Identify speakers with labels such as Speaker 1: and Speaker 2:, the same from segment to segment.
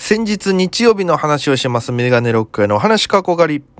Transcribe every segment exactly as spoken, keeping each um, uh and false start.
Speaker 1: 先日日曜日の話をしますメガネロックへのお話かこ狩り。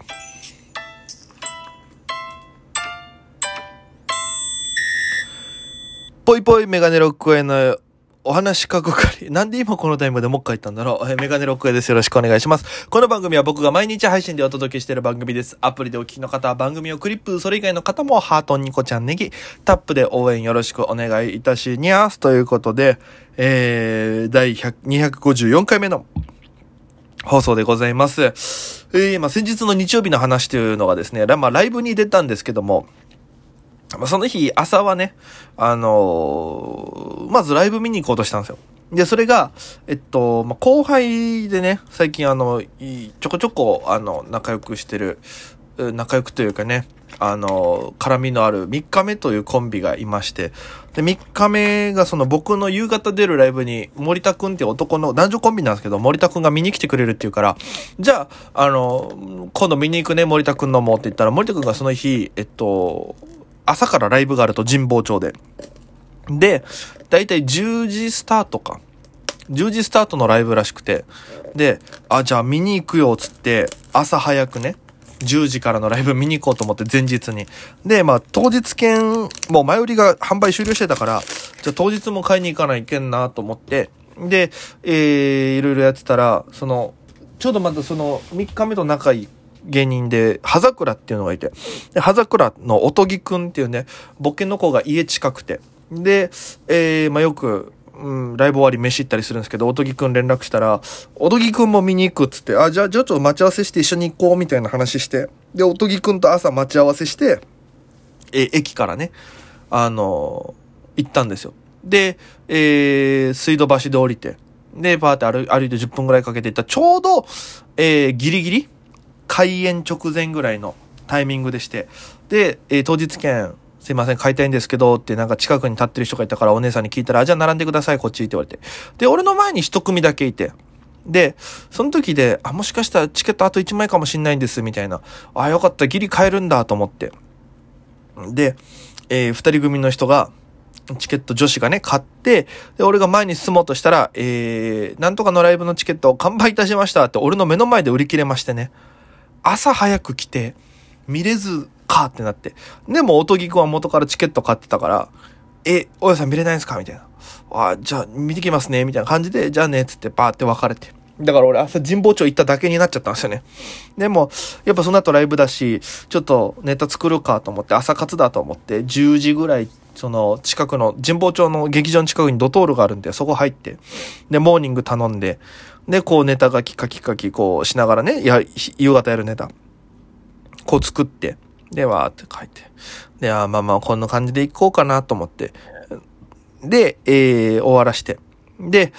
Speaker 1: ぽいぽいメガネロックへのお話かこ狩り。なんで今このタイムでもう一回言ったんだろう。えメガネロックへです。よろしくお願いします。この番組は僕が毎日配信でお届けしている番組です。アプリでお聞きの方は番組をクリップ、それ以外の方もハート、ニコちゃん、ネギ、タップで応援よろしくお願いいたしにゃーす。ということで、えー、第にひゃくごじゅうよんかいめの放送でございます。えー、まあ、先日の日曜日の話というのがですね、まあ、ライブに出たんですけども、まあ、その日朝はね、あのー、まずライブ見に行こうとしたんですよ。で、それが、えっと、まあ、後輩でね、最近あの、ちょこちょこ、あの、仲良くしてる、仲良くというかね、あの、絡みのあるみっかめというコンビがいまして、で、みっかめがその僕の夕方出るライブに森田くんっていう男の男女コンビなんですけど、森田くんが見に来てくれるっていうから、じゃあ、あの、今度見に行くね、森田くんのもって言ったら、森田くんがその日、えっと、朝からライブがあると神保町で。で、だいたいじゅうじスタートか。じゅうじスタートのライブらしくて。で、あ、じゃあ見に行くよ、つって、朝早くね、じゅうじからのライブ見に行こうと思って前日に。で、まあ当日券、もう前売りが販売終了してたから、じゃあ当日も買いに行かないけんなと思って、で、えー、いろいろやってたら、その、ちょうどまたそのみっかめと仲いい芸人で、葉桜っていうのがいて、で葉桜のおとぎくんっていうね、ボケの子が家近くて、で、えー、まあよく、うん、ライブ終わり飯行ったりするんですけど、おとぎくん連絡したら、おとぎくんも見に行くっつって、あ、じゃあ、じゃあちょっと待ち合わせして一緒に行こうみたいな話して、で、おとぎくんと朝待ち合わせして、え、駅からね、あのー、行ったんですよ。で、えー、水道橋で降りて、で、バーって歩、歩いてじゅっぷんぐらいかけて行ったら、ちょうど、えー、ギリギリ開演直前ぐらいのタイミングでして、で、えー、当日券、すいません、買いたいんですけど、ってなんか近くに立ってる人がいたからお姉さんに聞いたら、あ、じゃあ並んでください、こっちって言われて。で、俺の前に一組だけいて。で、その時で、あ、もしかしたらチケットあといちまいかもしんないんです、みたいな。あ、よかった、ギリ買えるんだと思って。で、えー、二人組の人が、チケット女子がね、買って、で、俺が前に進もうとしたら、えー、なんとかのライブのチケットを完売いたしましたって、俺の目の前で売り切れましてね。朝早く来て、見れずかってなって。でも、おとぎくんは元からチケット買ってたから、え、大家さん見れないんすかみたいな。あ、じゃあ、見てきますねみたいな感じで、じゃあね、つってバーって別れて。だから俺朝神保町行っただけになっちゃったんですよね。でも、やっぱその後ライブだし、ちょっとネタ作るかと思って、朝活だと思って、じゅうじぐらい、その近くの、神保町の劇場の近くにドトールがあるんで、そこ入って、で、モーニング頼んで、で、こうネタ書き書き書き、こうしながらね、や、夕方やるネタ、こう作って、で、わーって書いて。で、あ、まあまあ、こんな感じでいこうかなと思って。で、えー、終わらして。で、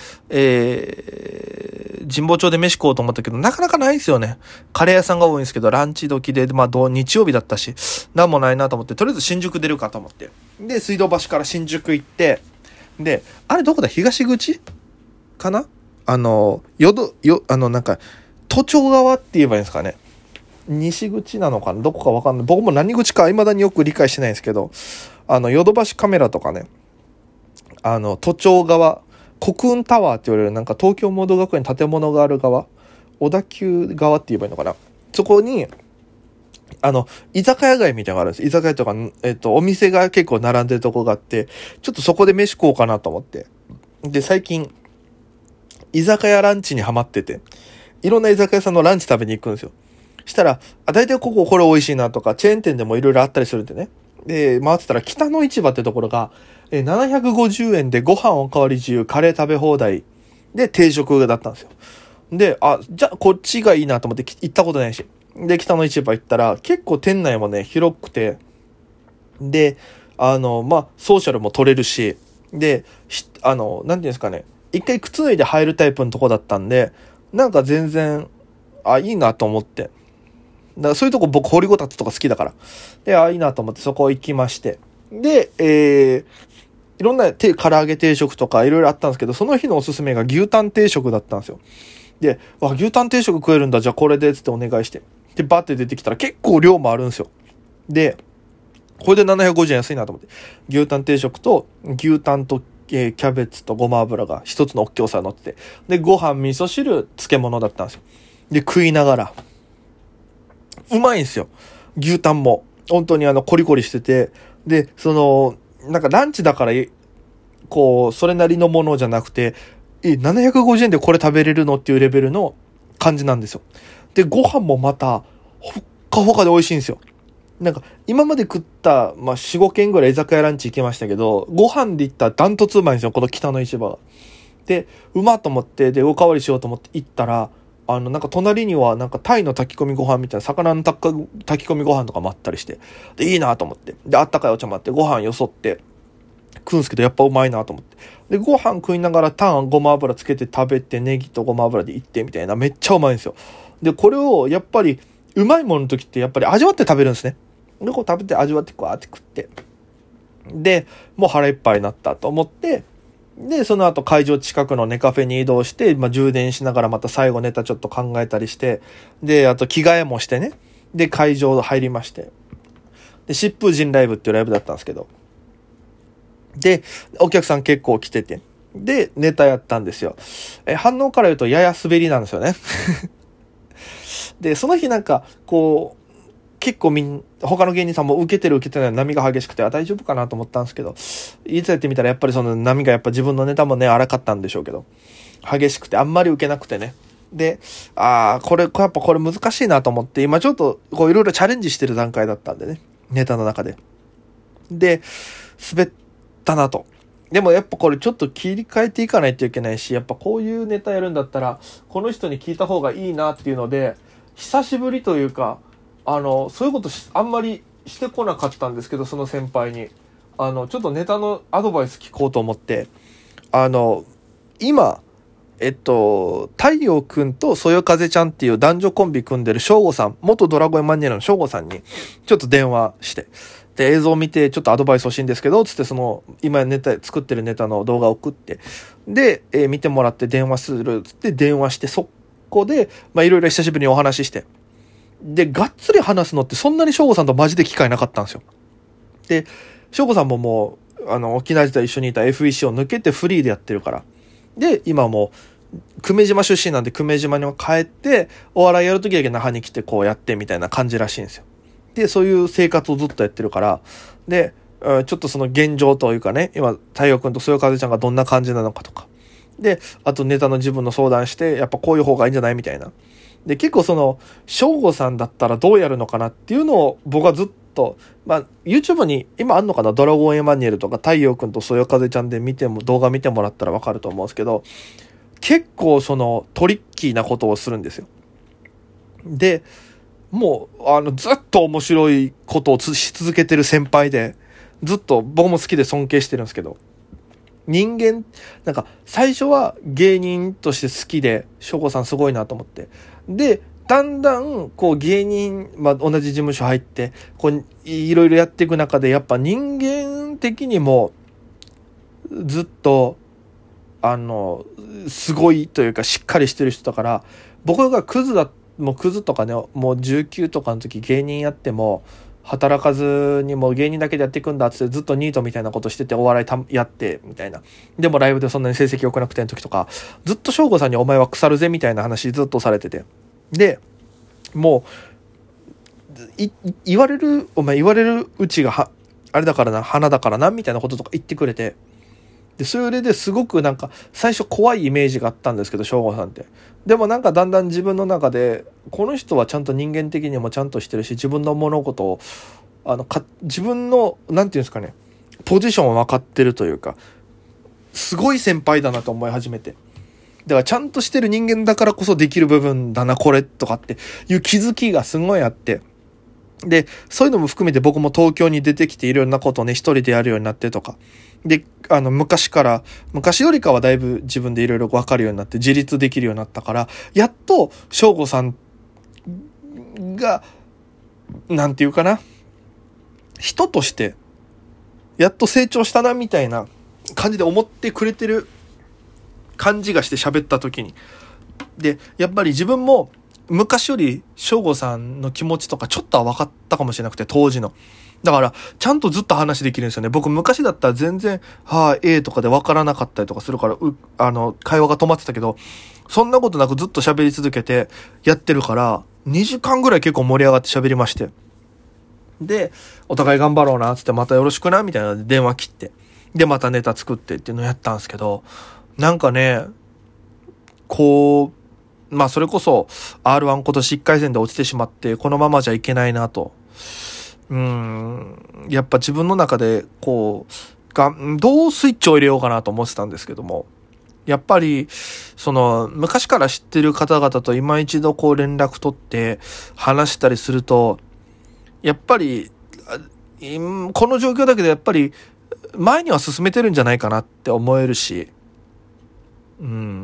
Speaker 1: えー、神保町で飯食おうと思ったけど、なかなかないですよね。カレー屋さんが多いんですけど、ランチ時で、まあ、どう、日曜日だったし、なんもないなと思って、とりあえず新宿出るかと思って。で、水道橋から新宿行って、で、あれどこだ？東口かな？あの、よど、よ、あの、なんか、都庁側って言えばいいんですかね。西口なのかな、どこかわかんない。僕も何口か未だによく理解してないんですけど、あの、ヨドバシカメラとかね、あの、都庁側、国運タワーって言われるなんか東京モード学園建物がある側、小田急側って言えばいいのかな。そこに、あの、居酒屋街みたいなのがあるんです。居酒屋とか、えっと、お店が結構並んでるとこがあって、ちょっとそこで飯食おうかなと思って。で、最近、居酒屋ランチにハマってて、いろんな居酒屋さんのランチ食べに行くんですよ。したら、あ、大体こここれ美味しいなとか、チェーン店でもいろいろあったりするんでね。で、回ってたら、北の市場ってところが、え、ななひゃくごじゅうえんでご飯おかわり自由、カレー食べ放題で定食だったんですよ。で、あ、じゃあこっちがいいなと思って行ったことないし。で、北の市場行ったら、結構店内もね、広くて、で、あの、まあ、ソーシャルも取れるし、で、あの、なんていうんですかね、一回靴脱いで入るタイプのとこだったんで、なんか全然、あ、いいなと思って。だからそういうとこ僕掘りごたつとか好きだから。で、あ、いいなと思ってそこ行きまして。で、えー、いろんな唐揚げ定食とかいろいろあったんですけど、その日のおすすめが牛タン定食だったんですよ。で、わ、牛タン定食食えるんだ、じゃあこれでつってお願いして。で、バッて出てきたら結構量もあるんですよ。で、これでななひゃくごじゅうえん安いなと思って。牛タン定食と牛タンとえー、キャベツとごま油が一つの大きいお皿乗ってて、で、ご飯、味噌汁、漬物だったんですよ。で、食いながら、うまいんですよ。牛タンも。本当にあの、コリコリしてて、で、その、なんかランチだから、こう、それなりのものじゃなくて、え、ななひゃくごじゅうえんでこれ食べれるのっていうレベルの感じなんですよ。で、ご飯もまた、ほっかほかで美味しいんですよ。なんか、今まで食った、まあ、よん、ごけんぐらい居酒屋ランチ行きましたけど、ご飯で行ったらダントツうまいんですよ、この北の市場が。で、うまっと思って、で、おかわりしようと思って行ったら、あの、なんか隣には、なんかタイの炊き込みご飯みたいな、魚の炊き込みご飯とかもあったりして、で、いいなと思って。で、あったかいお茶もあって、ご飯よそって、食うんすけど、やっぱうまいなと思って。で、ご飯食いながらタン、ごま油つけて食べて、ネギとごま油でいってみたいな、めっちゃうまいんですよ。で、これを、やっぱり、うまいものの時って、やっぱり味わって食べるんですね。で、こう食べて味わってこうやって食って。で、もう腹いっぱいになったと思って、で、その後会場近くのネカフェに移動して、まあ、充電しながらまた最後ネタちょっと考えたりして、で、あと着替えもしてね。で、会場入りまして。で、疾風陣ライブっていうライブだったんですけど。で、お客さん結構来てて。で、ネタやったんですよ。え、反応から言うとやや滑りなんですよね。で、その日なんか、こう、結構みん、他の芸人さんも受けてる受けてない波が激しくて、あ、大丈夫かなと思ったんですけど、いつやってみたらやっぱりその波がやっぱ自分のネタもね、荒かったんでしょうけど、激しくてあんまり受けなくてね。で、ああ、これ、やっぱこれ難しいなと思って、今ちょっとこういろいろチャレンジしてる段階だったんでね、ネタの中で。で、滑ったなと。でもやっぱこれちょっと切り替えていかないといけないし、やっぱこういうネタやるんだったら、この人に聞いた方がいいなっていうので、久しぶりというか、あの、そういうことあんまりしてこなかったんですけど、その先輩に。あの、ちょっとネタのアドバイス聞こうと思って、あの、今、えっと、太陽くんとそよ風ちゃんっていう男女コンビ組んでる翔吾さん、元ドラゴンエマニュエルの翔吾さんに、ちょっと電話して、で、映像を見て、ちょっとアドバイス欲しいんですけど、つってその、今ネタ、作ってるネタの動画を送って、で、えー、見てもらって電話する、つって電話して、そこで、まあ、いろいろ久しぶりにお話しして、で、がっつり話すのってそんなに翔吾さんとマジで機会なかったんですよ。で、翔吾さんももう、あの、沖縄時代一緒にいた エフイーシー を抜けてフリーでやってるから。で、今もう、久米島出身なんで久米島に帰って、お笑いやるときだけ那覇に来てこうやってみたいな感じらしいんですよ。で、そういう生活をずっとやってるから、で、ちょっとその現状というかね、今、太陽くんとそよ風ちゃんがどんな感じなのかとか。で、あとネタの自分の相談して、やっぱこういう方がいいんじゃないみたいな。で、結構その、翔吾さんだったらどうやるのかなっていうのを僕はずっと、まあ、YouTube に今あんのかな、ドラゴンエマニュエルとか太陽くんとそよ風ちゃんで見ても、動画見てもらったらわかると思うんですけど、結構そのトリッキーなことをするんですよ。で、もう、あの、ずっと面白いことをし続けてる先輩で、ずっと僕も好きで尊敬してるんですけど、人間、なんか、最初は芸人として好きで、翔吾さんすごいなと思って。で、だんだん、こう芸人、まあ、同じ事務所入って、こう、いろいろやっていく中で、やっぱ人間的にも、ずっと、あの、すごいというか、しっかりしてる人だから、僕がクズだ、もうクズとかね、もうじゅうきゅうとかの時芸人やっても、働かずにもう芸人だけでやっていくんだってずっとニートみたいなことしててお笑いたやってみたいな。でもライブでそんなに成績良くなくての時とか、ずっと翔吾さんにお前は腐るぜみたいな話ずっとされてて。で、もう、い、言われる、お前言われるうちがは、あれだからな、花だからな、みたいなこととか言ってくれて。で、それですごくなんか最初怖いイメージがあったんですけど、翔吾さんって。でもなんかだんだん自分の中で、この人はちゃんと人間的にもちゃんとしてるし、自分の物事を、あの、か、自分の、なんていうんですかね、ポジションを分かってるというか、すごい先輩だなと思い始めて。だからちゃんとしてる人間だからこそできる部分だな、これ、とかっていう気づきがすごいあって。で、そういうのも含めて僕も東京に出てきていろんなことをね、一人でやるようになってとか。で、あの、昔から、昔よりかはだいぶ自分でいろいろ分かるようになって自立できるようになったから、やっと、翔吾さんが、なんていうかな、人として、やっと成長したな、みたいな感じで思ってくれてる感じがして喋った時に。で、やっぱり自分も、 昔より翔吾さんの気持ちとかちょっとは分かったかもしれなくて、当時の。だから、ちゃんとずっと話できるんですよね。僕昔だったら全然、はぁ、ええとかで分からなかったりとかするから、う、あの、会話が止まってたけど、そんなことなくずっと喋り続けてやってるから、にじかんぐらい結構盛り上がって喋りまして。で、お互い頑張ろうな、つってまたよろしくな、みたいなので電話切って。で、またネタ作ってっていうのをやったんですけど、なんかね、こう、まあそれこそ アールワン 今年いっかい戦で落ちてしまって、このままじゃいけないなと。うーん、やっぱ自分の中で、こう、が、どうスイッチを入れようかなと思ってたんですけども、やっぱり、その、昔から知ってる方々と今一度こう連絡取って話したりすると、やっぱり、この状況だけどやっぱり、前には進めてるんじゃないかなって思えるし、うん。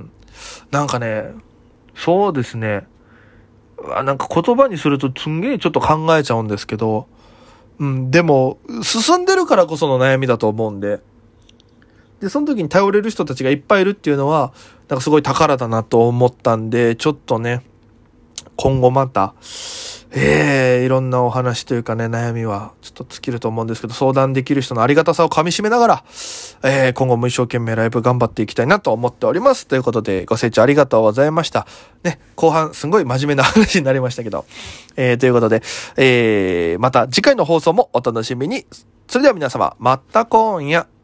Speaker 1: なんかね、そうですね。なんか言葉にするとすんげえちょっと考えちゃうんですけど、うん、でも、進んでるからこその悩みだと思うんで、で、その時に頼れる人たちがいっぱいいるっていうのは、なんかすごい宝だなと思ったんで、ちょっとね、今後また、ええー、いろんなお話というかね、悩みはちょっと尽きると思うんですけど、相談できる人のありがたさを噛み締めながら、えー、今後も一生懸命ライブ頑張っていきたいなと思っております。ということで、ご清聴ありがとうございました。ね、後半すごい真面目な話になりましたけど、えー、ということで、えー、また次回の放送もお楽しみに。それでは皆様、また今夜。